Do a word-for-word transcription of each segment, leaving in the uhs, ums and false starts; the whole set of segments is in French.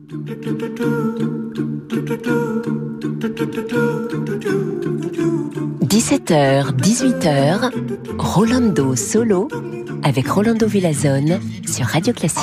dix-sept heures, dix-huit heures, Rolando Solo avec Rolando Villazone sur Radio Classique.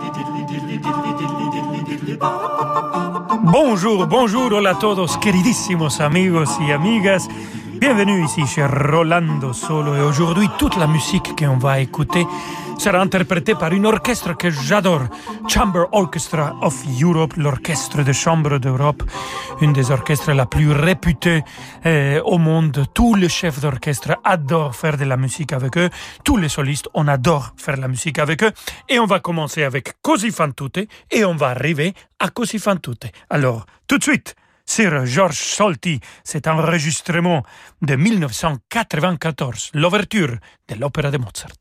Bonjour, bonjour, hola a todos, queridísimos amigos y amigas. Bienvenue ici chez Rolando Solo et aujourd'hui toute la musique qu'on va écouter sera interprétée par une orchestre que j'adore, Chamber Orchestra of Europe, l'orchestre de chambre d'Europe, une des orchestres la plus réputées euh, au monde. Tous les chefs d'orchestre adorent faire de la musique avec eux, tous les solistes, on adore faire la musique avec eux. Et on va commencer avec Così fan tutte et on va arriver à Così fan tutte. Alors, tout de suite, sur Georges Solti, cet enregistrement de dix-neuf cent quatre-vingt-quatorze, l'ouverture de l'opéra de Mozart.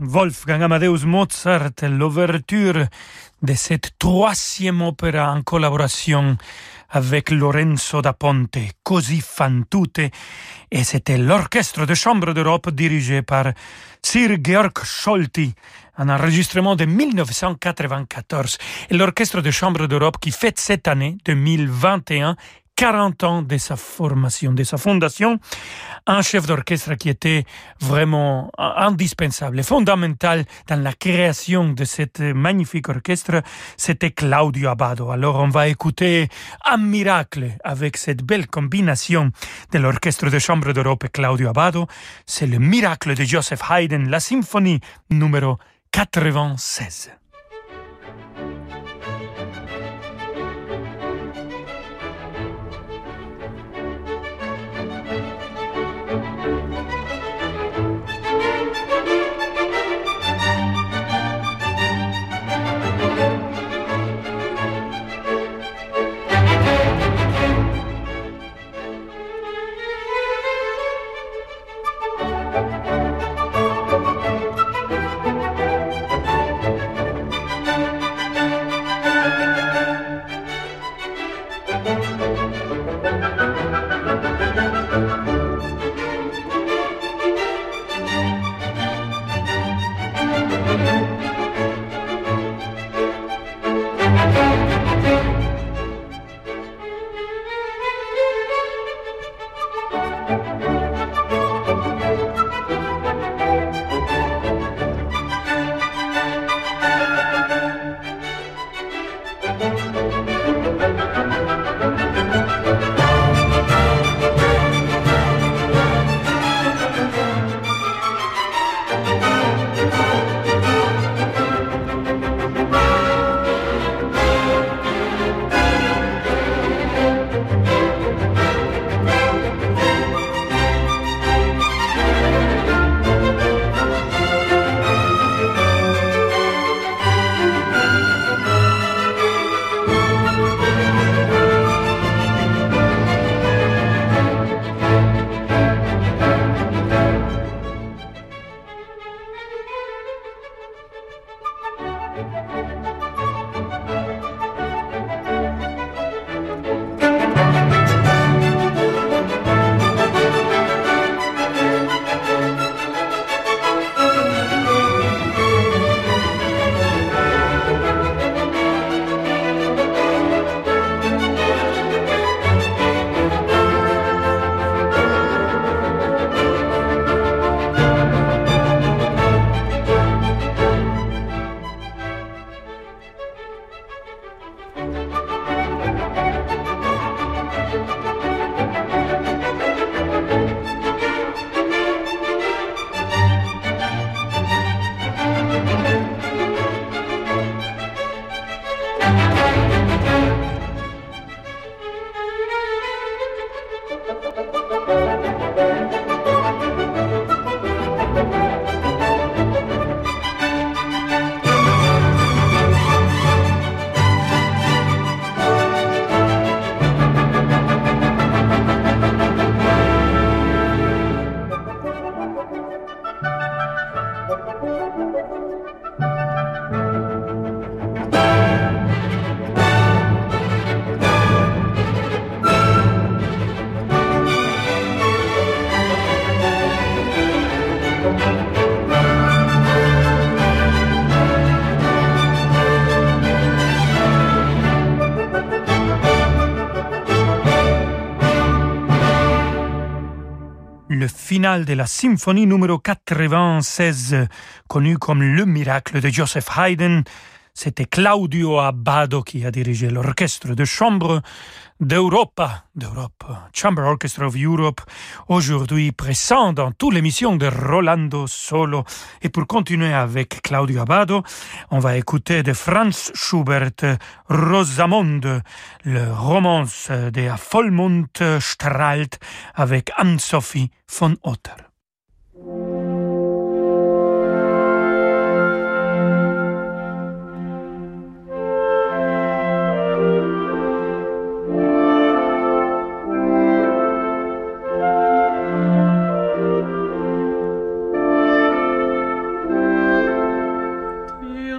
Wolfgang Amadeus Mozart, l'ouverture de cette troisième opéra en collaboration avec Lorenzo da Ponte, Così fan tutte, et c'était l'orchestre de chambre d'Europe dirigé par Sir Georg Scholti, un enregistrement de dix-neuf cent quatre-vingt-quatorze, et l'orchestre de chambre d'Europe qui fête cette année, deux mille vingt et un, quarante ans de sa formation, de sa fondation, un chef d'orchestre qui était vraiment indispensable et fondamental dans la création de cet magnifique orchestre, c'était Claudio Abbado. Alors on va écouter un miracle avec cette belle combinaison de l'orchestre de chambre d'Europe et Claudio Abbado, c'est le miracle de Joseph Haydn, la symphonie numéro quatre-vingt-seize. Le final de la symphonie numéro quatre-vingt-seize, connue comme le miracle de Joseph Haydn, c'était Claudio Abbado qui a dirigé l'orchestre de chambre d'Europa, d'Europe, Chamber Orchestra of Europe, aujourd'hui présent dans toute l'émission de Rolando Solo. Et pour continuer avec Claudio Abbado, on va écouter de Franz Schubert, Rosamunde, le romance de Vollmond strahlt avec Anne-Sophie von Otter.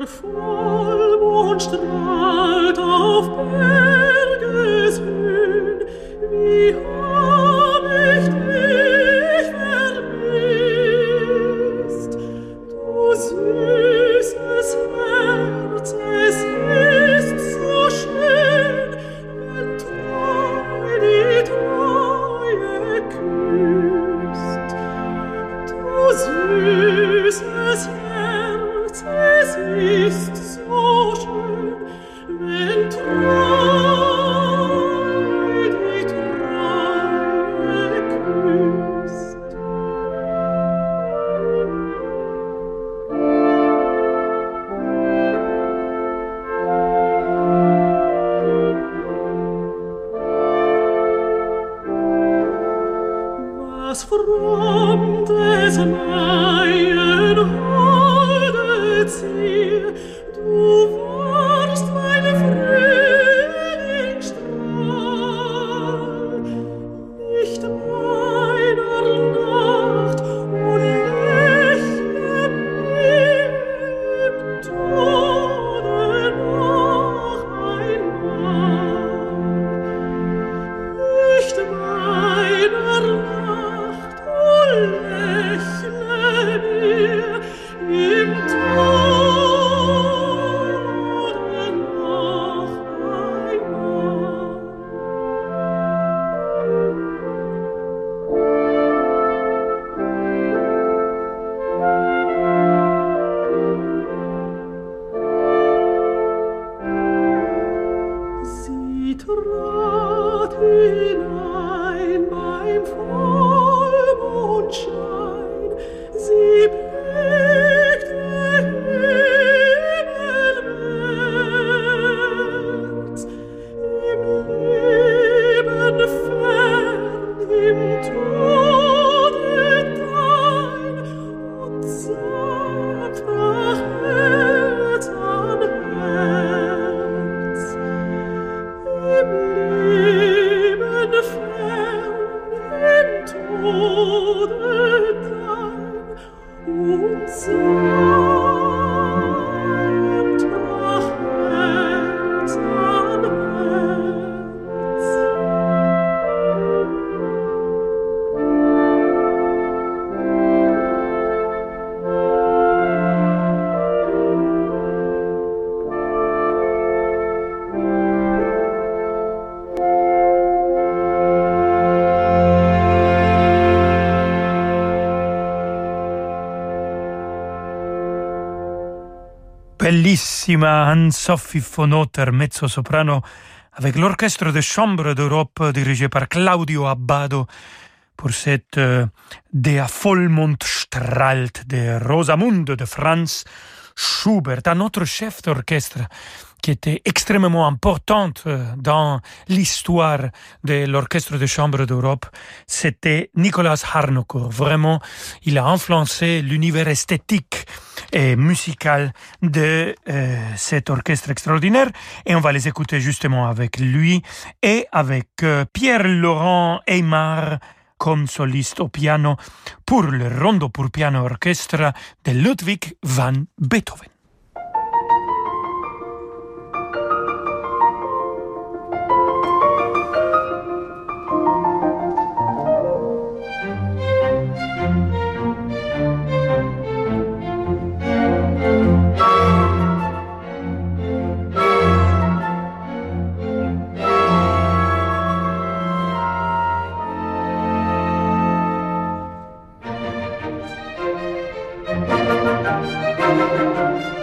Bellissima Anne-Sophie von Otter, mezzo-soprano, avec l'Orchestre de Chambre d'Europe dirigé par Claudio Abbado pour cette euh, Der Vollmond strahlt de Rosamunde de Franz Schubert, un autre chef d'orchestre qui était extrêmement importante dans l'histoire de l'Orchestre de Chambre d'Europe, c'était Nicolas Harnoncourt. Vraiment, il a influencé l'univers esthétique et musical de euh, cet orchestre extraordinaire. Et on va les écouter justement avec lui et avec euh, Pierre-Laurent Aymar comme soliste au piano pour le rondo pour piano orchestre de Ludwig van Beethoven. Thank you.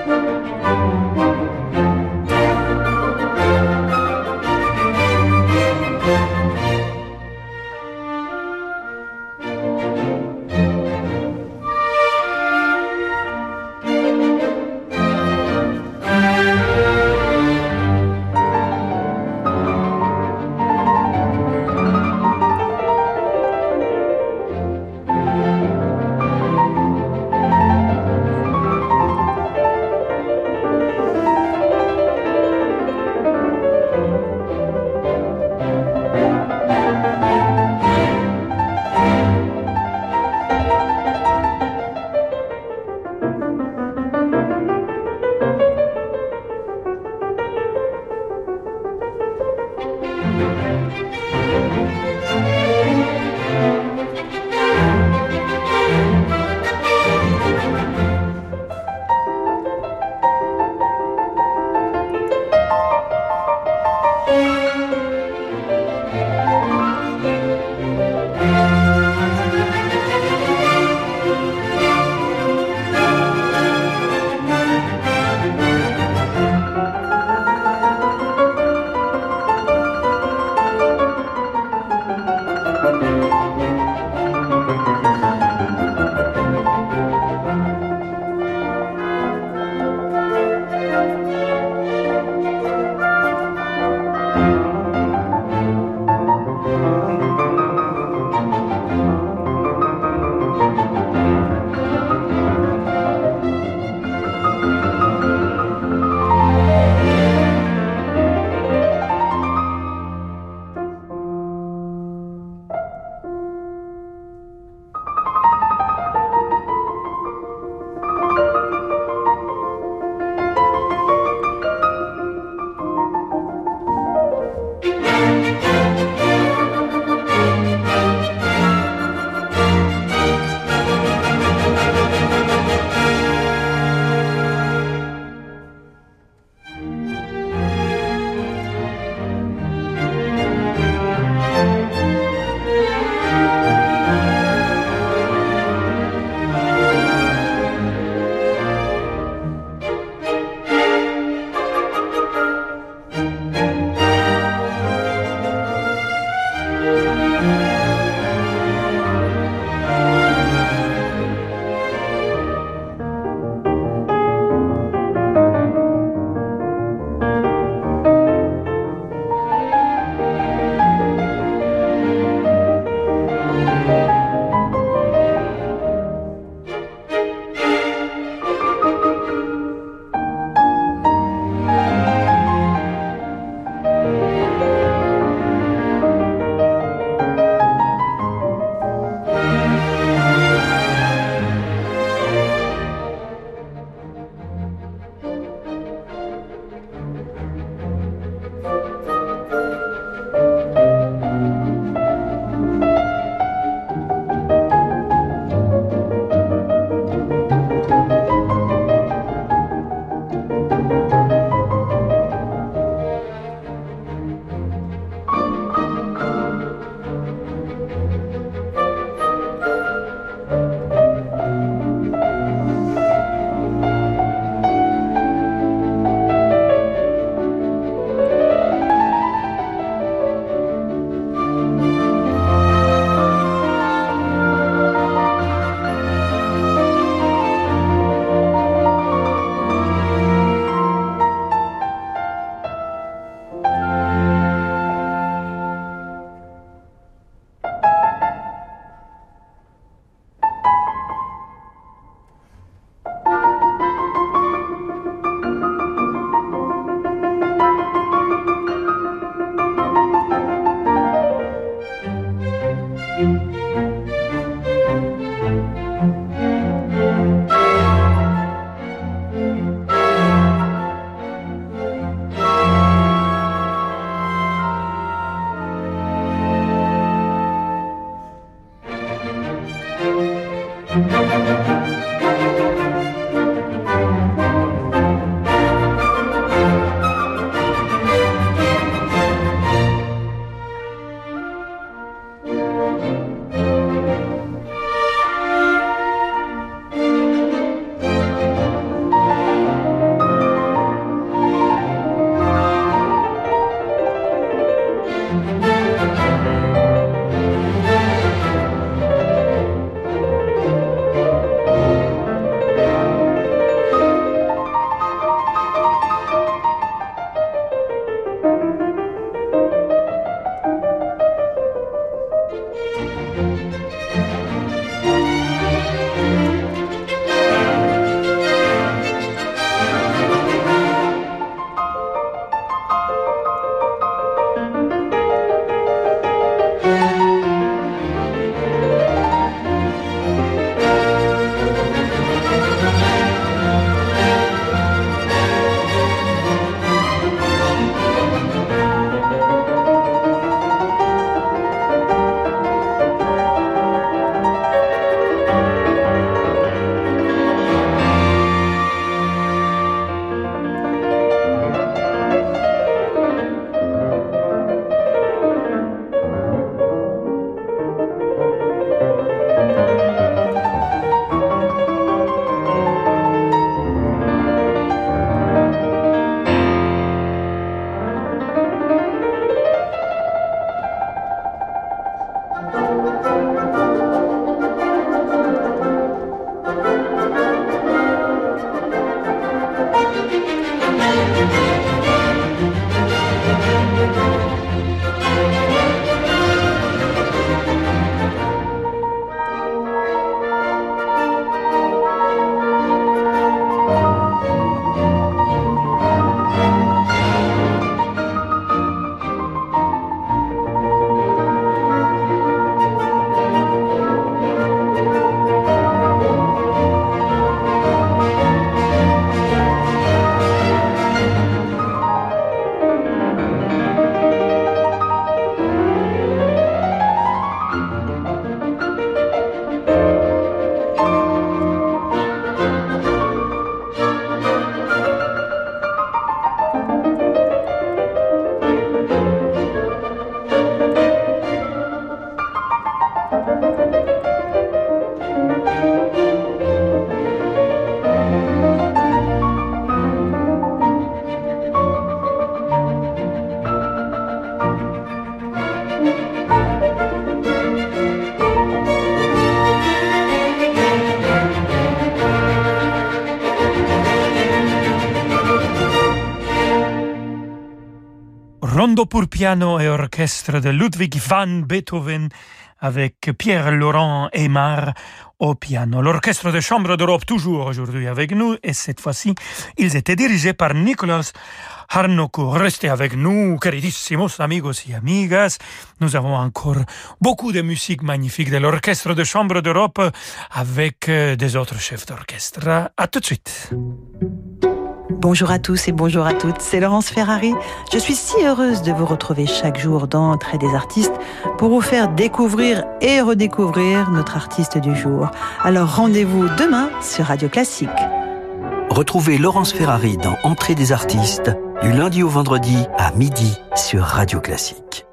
rondo pour piano et orchestre de Ludwig van Beethoven avec Pierre-Laurent Aymar au piano. L'orchestre de chambre d'Europe toujours aujourd'hui avec nous et cette fois-ci, ils étaient dirigés par Nicolas Harnoncourt. Restez avec nous, queridissimos amigos y amigas. Nous avons encore beaucoup de musique magnifique de l'orchestre de chambre d'Europe avec des autres chefs d'orchestre. À tout de suite. Bonjour à tous et bonjour à toutes, c'est Laurence Ferrari. Je suis si heureuse de vous retrouver chaque jour dans Entrée des artistes pour vous faire découvrir et redécouvrir notre artiste du jour. Alors rendez-vous demain sur Radio Classique. Retrouvez Laurence Ferrari dans Entrée des artistes du lundi au vendredi à midi sur Radio Classique.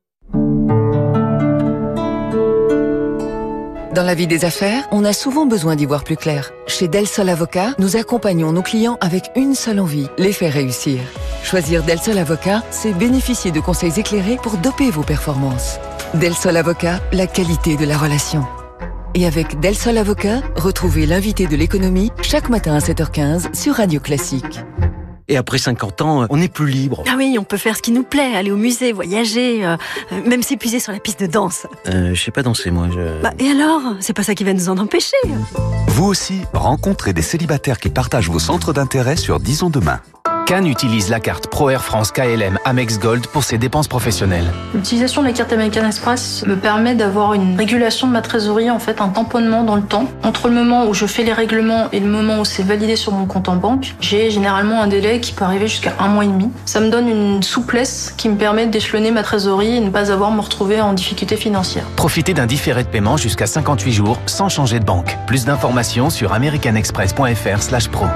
Dans la vie des affaires, on a souvent besoin d'y voir plus clair. Chez Del Sol Avocat, nous accompagnons nos clients avec une seule envie, les faire réussir. Choisir Del Sol Avocat, c'est bénéficier de conseils éclairés pour doper vos performances. Del Sol Avocat, la qualité de la relation. Et avec Del Sol Avocat, retrouvez l'invité de l'économie chaque matin à sept heures quinze sur Radio Classique. Et après cinquante ans, on n'est plus libre. Ah oui, on peut faire ce qui nous plaît, aller au musée, voyager, euh, même s'épuiser sur la piste de danse. Euh, je sais pas danser, moi. Je... Bah, et alors ? C'est pas ça qui va nous en empêcher. Vous aussi, rencontrez des célibataires qui partagent vos centres d'intérêt sur Disons Demain. Cannes utilise la carte Pro Air France K L M Amex Gold pour ses dépenses professionnelles. L'utilisation de la carte American Express me permet d'avoir une régulation de ma trésorerie, en fait un tamponnement dans le temps. Entre le moment où je fais les règlements et le moment où c'est validé sur mon compte en banque, j'ai généralement un délai qui peut arriver jusqu'à un mois et demi. Ça me donne une souplesse qui me permet d'échelonner ma trésorerie et ne pas avoir à me retrouver en difficulté financière. Profitez d'un différé de paiement jusqu'à cinquante-huit jours sans changer de banque. Plus d'informations sur americanexpress.fr slash pro.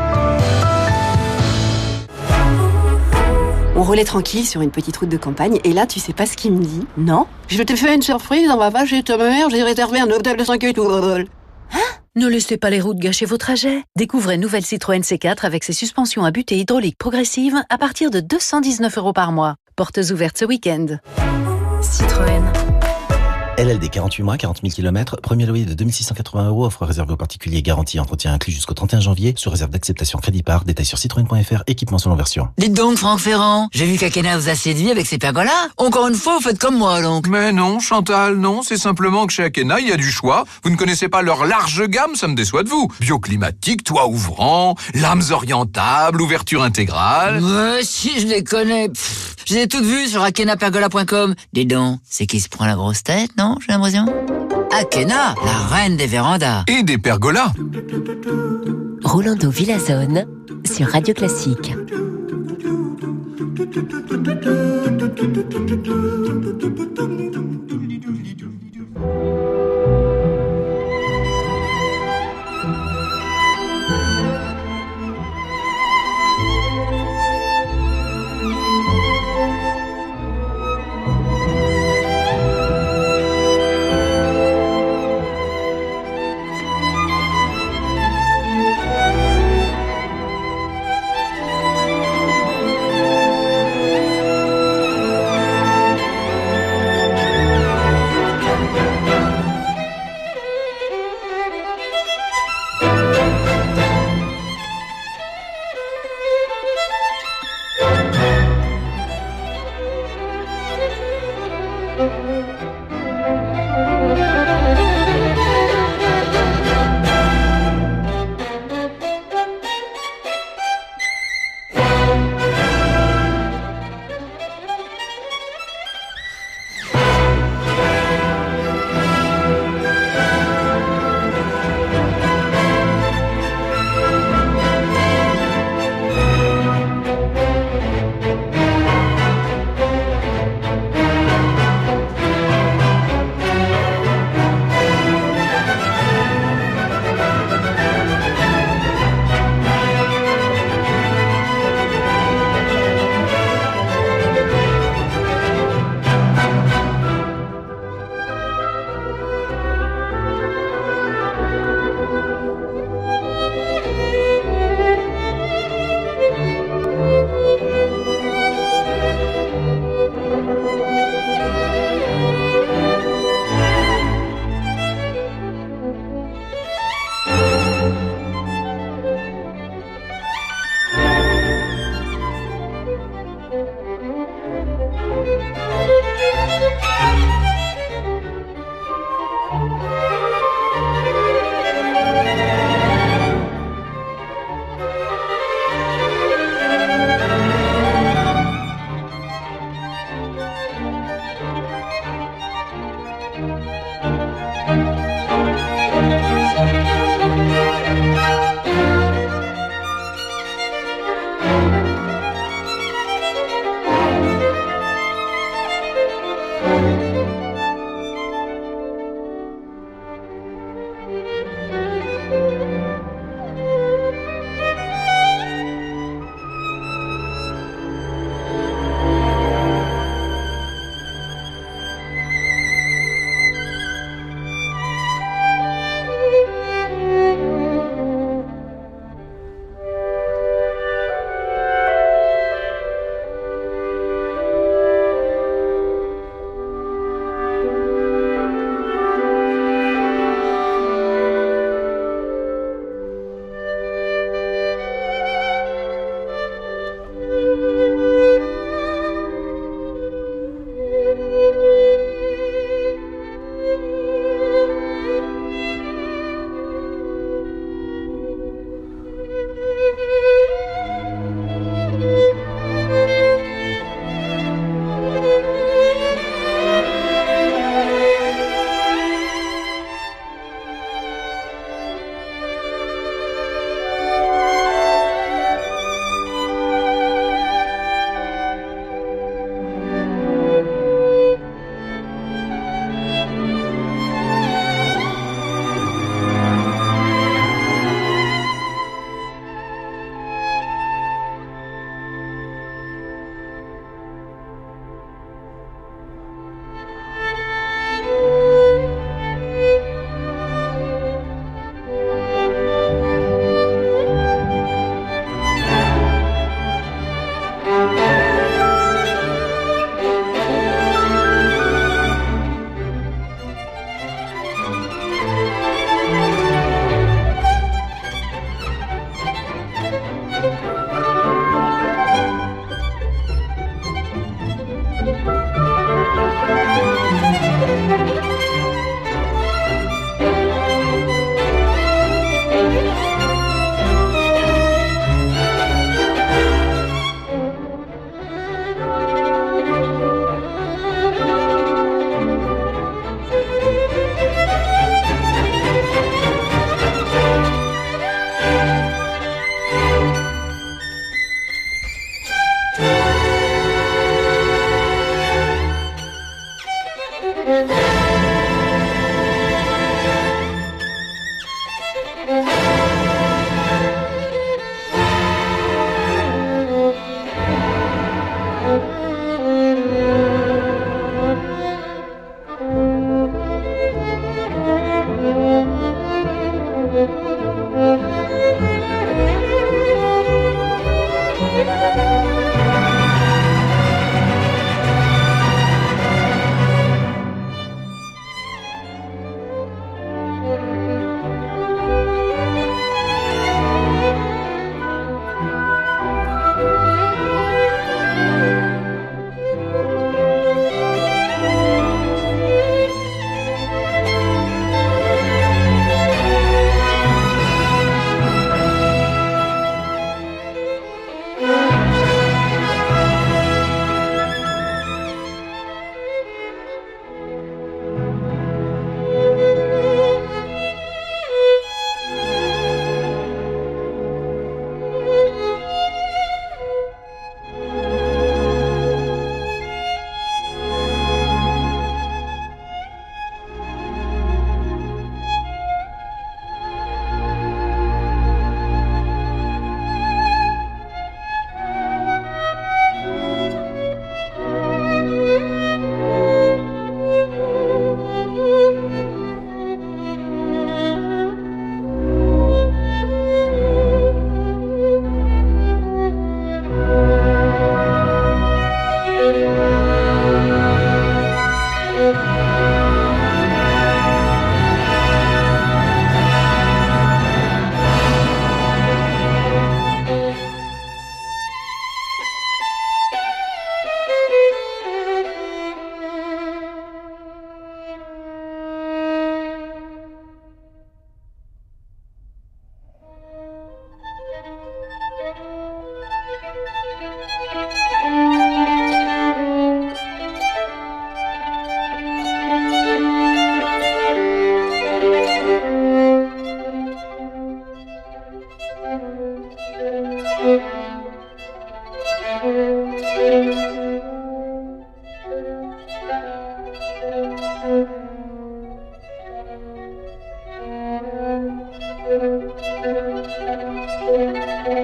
On roulait tranquille sur une petite route de campagne et là, tu sais pas ce qu'il me dit ? Non ? Je t'ai fait une surprise, on va pas chez ta mère, j'ai réservé un hôtel de cinq étoiles. Hein ? Ne laissez pas les routes gâcher vos trajets. Découvrez nouvelle Citroën C quatre avec ses suspensions à butée hydraulique progressive à partir de deux cent dix-neuf euros par mois. Portes ouvertes ce week-end. Citroën. L L D quarante-huit mois, quarante mille kilomètres, premier loyer de deux mille six cent quatre-vingts euros, offre réservée aux particuliers, garantie entretien inclus jusqu'au trente et un janvier, sous réserve d'acceptation crédit par, détail sur citroën point f r, équipement selon version. Dites donc Franck Ferrand, j'ai vu qu'Akena vous a séduit avec ses pergolas. Encore une fois, vous faites comme moi donc. Mais non Chantal, non, c'est simplement que chez Akena, il y a du choix. Vous ne connaissez pas leur large gamme, ça me déçoit de vous. Bioclimatique, toit ouvrant, lames orientables, ouverture intégrale. Mais si, je les connais. Pff, je les ai toutes vues sur akena pergola point com. Dis donc, c'est qui se prend la grosse tête, non, j'ai l'impression. Akena, la reine des vérandas. Et des pergolas. Rolando Villazone sur Radio Classique.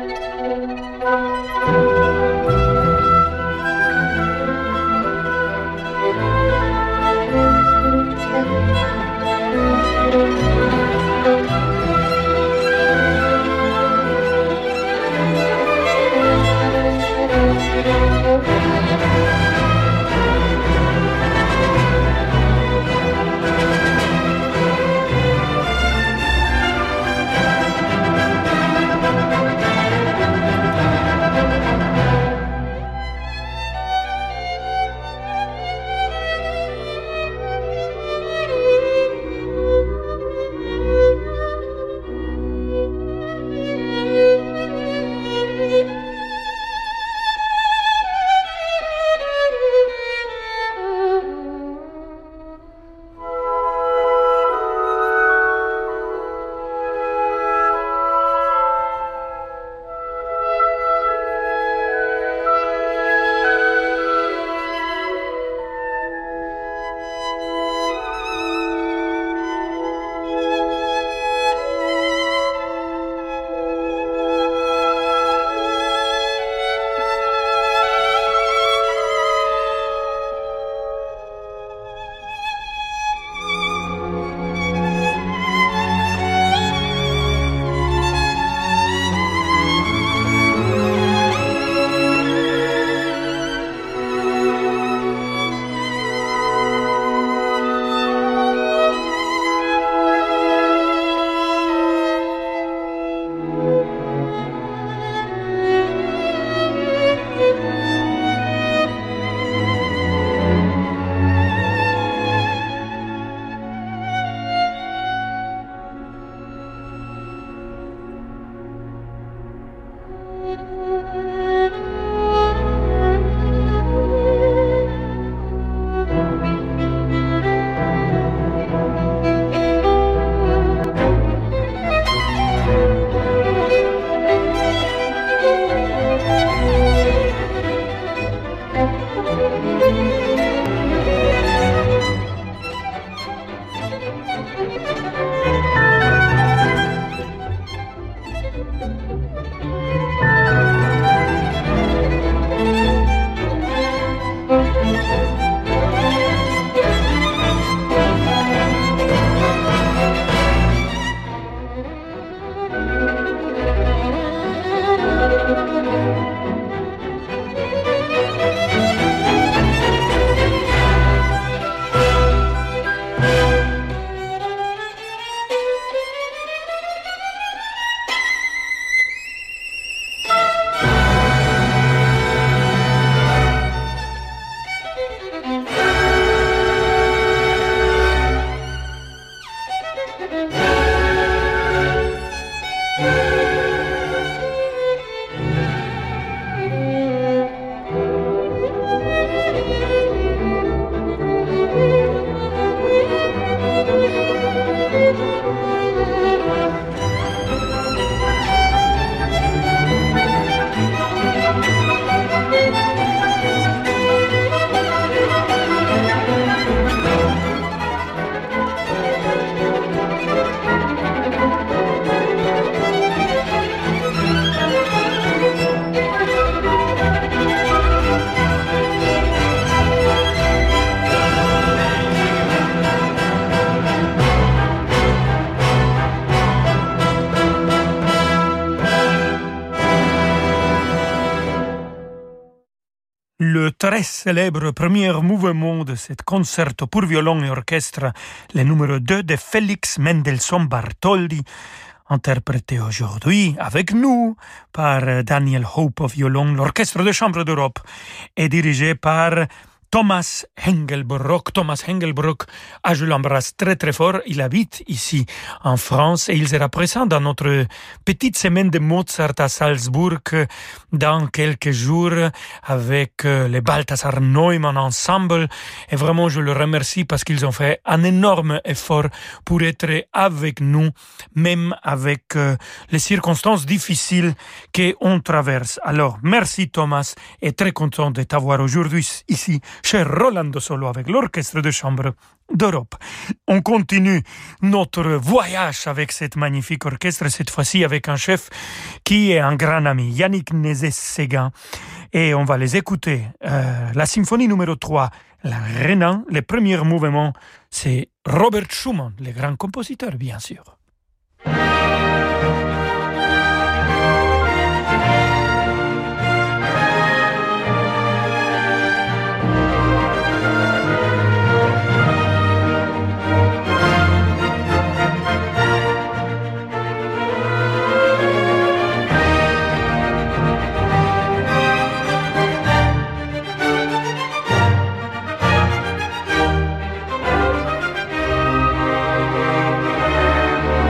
Le très célèbre premier mouvement de cet concerto pour violon et orchestre, le numéro deux de Félix Mendelssohn Bartholdy, interprété aujourd'hui avec nous par Daniel Hope au violon. L'orchestre de chambre d'Europe est dirigé par Thomas Hengelbrock. Thomas Hengelbrock, ah, je l'embrasse très très fort. Il habite ici en France et il sera présent dans notre petite semaine de Mozart à Salzbourg dans quelques jours avec le Balthasar Neumann Ensemble. Et vraiment, je le remercie parce qu'ils ont fait un énorme effort pour être avec nous, même avec les circonstances difficiles qu'on traverse. Alors, merci Thomas et très content de t'avoir aujourd'hui ici chez Rolando Solo avec l'Orchestre de chambre d'Europe. On continue notre voyage avec cet magnifique orchestre, cette fois-ci avec un chef qui est un grand ami, Yannick Nézet-Séguin. Et on va les écouter. Euh, la symphonie numéro trois, la Renan, les premiers mouvements, c'est Robert Schumann, le grand compositeur, bien sûr. Thank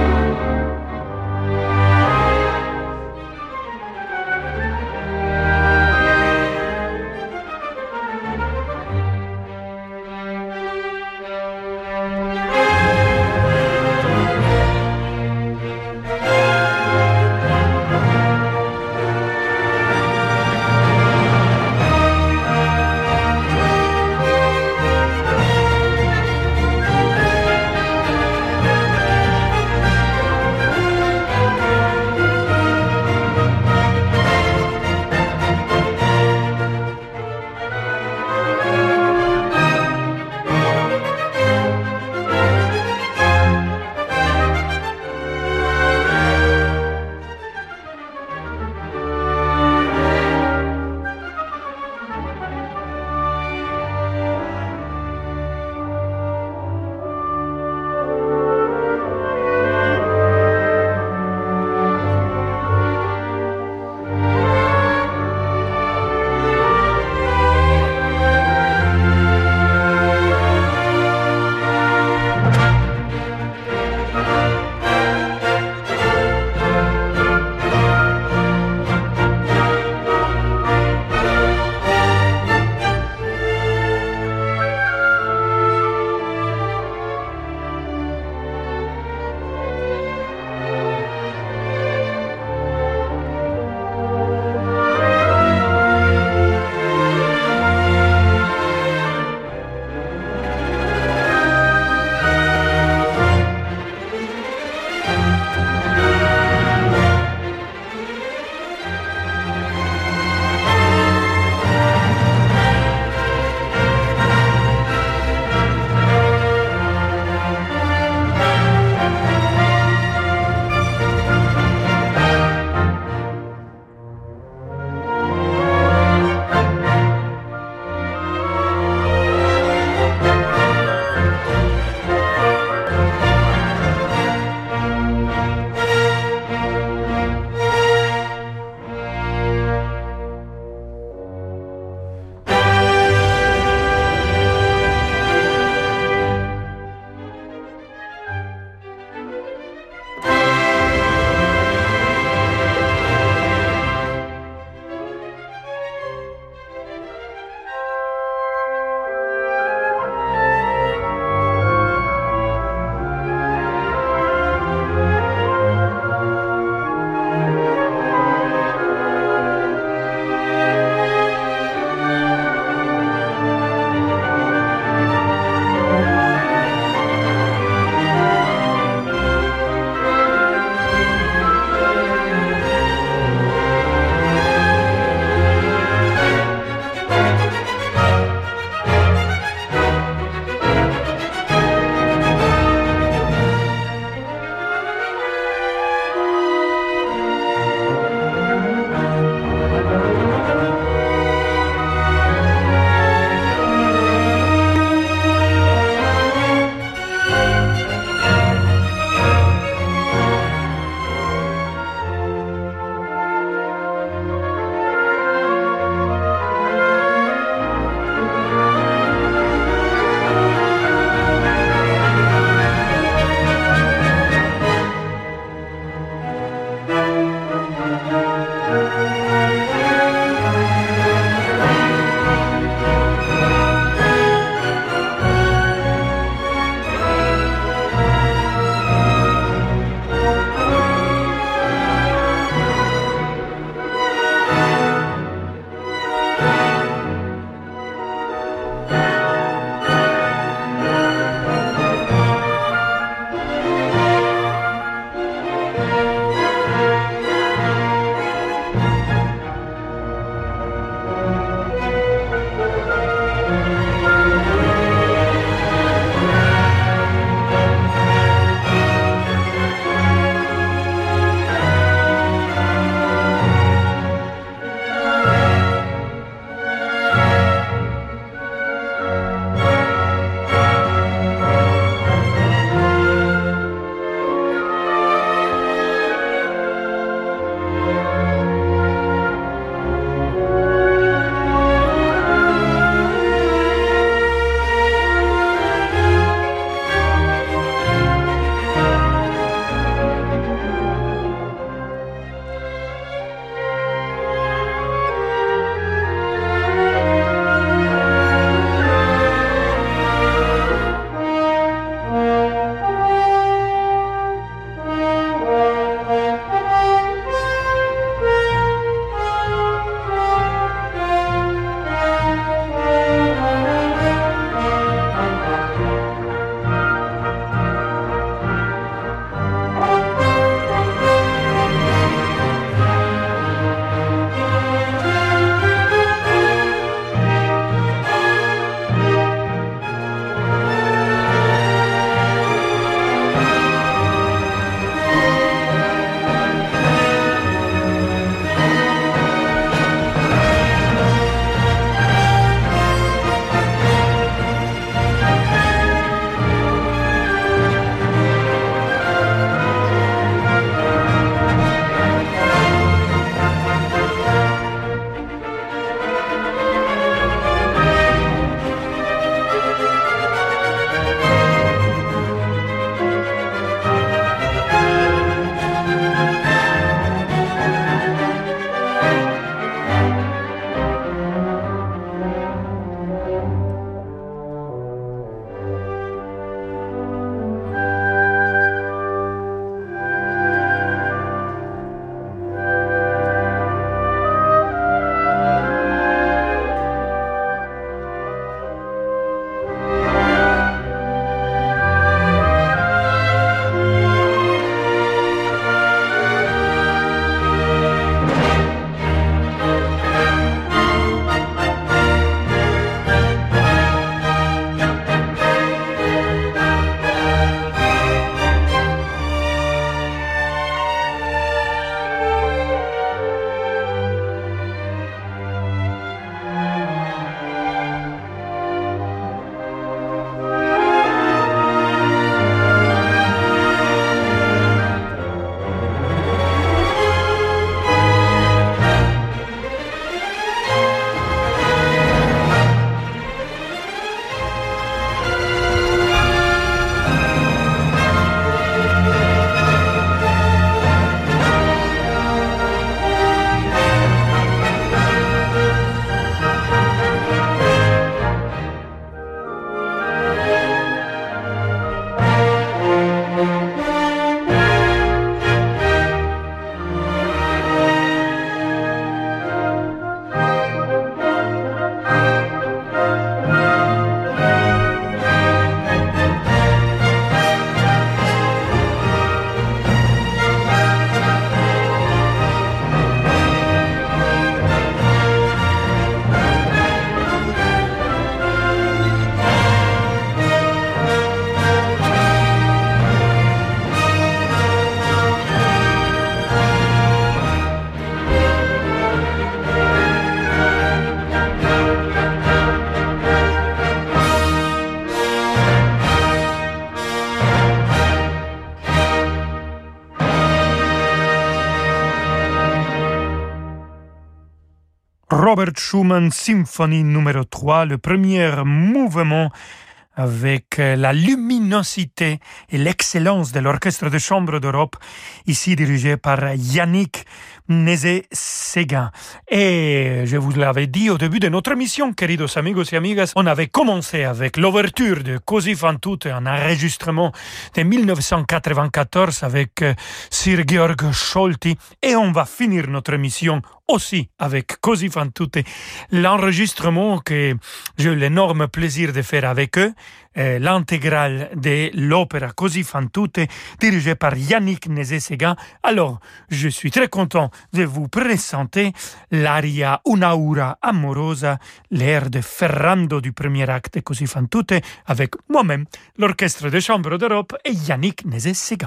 Robert Schumann, symphonie numéro trois, le premier mouvement avec la luminosité et l'excellence de l'Orchestre de Chambre d'Europe, ici dirigé par Yannick Nézet-Séguin. Et je vous l'avais dit au début de notre émission, queridos amigos et amigas, on avait commencé avec l'ouverture de Così fan tutte, un enregistrement de dix-neuf cent quatre-vingt-quatorze avec Sir Georg Scholti, et on va finir notre émission aussi avec Così fan tutte, l'enregistrement que j'ai eu l'énorme plaisir de faire avec eux, euh, l'intégrale de l'opéra Così fan tutte, dirigée par Yannick Nézet-Séguin. Alors, je suis très content de vous présenter l'aria Un'aura amorosa, l'air de Ferrando du premier acte de Così fan tutte, avec moi-même, l'Orchestre de Chambre d'Europe et Yannick Nézet-Séguin.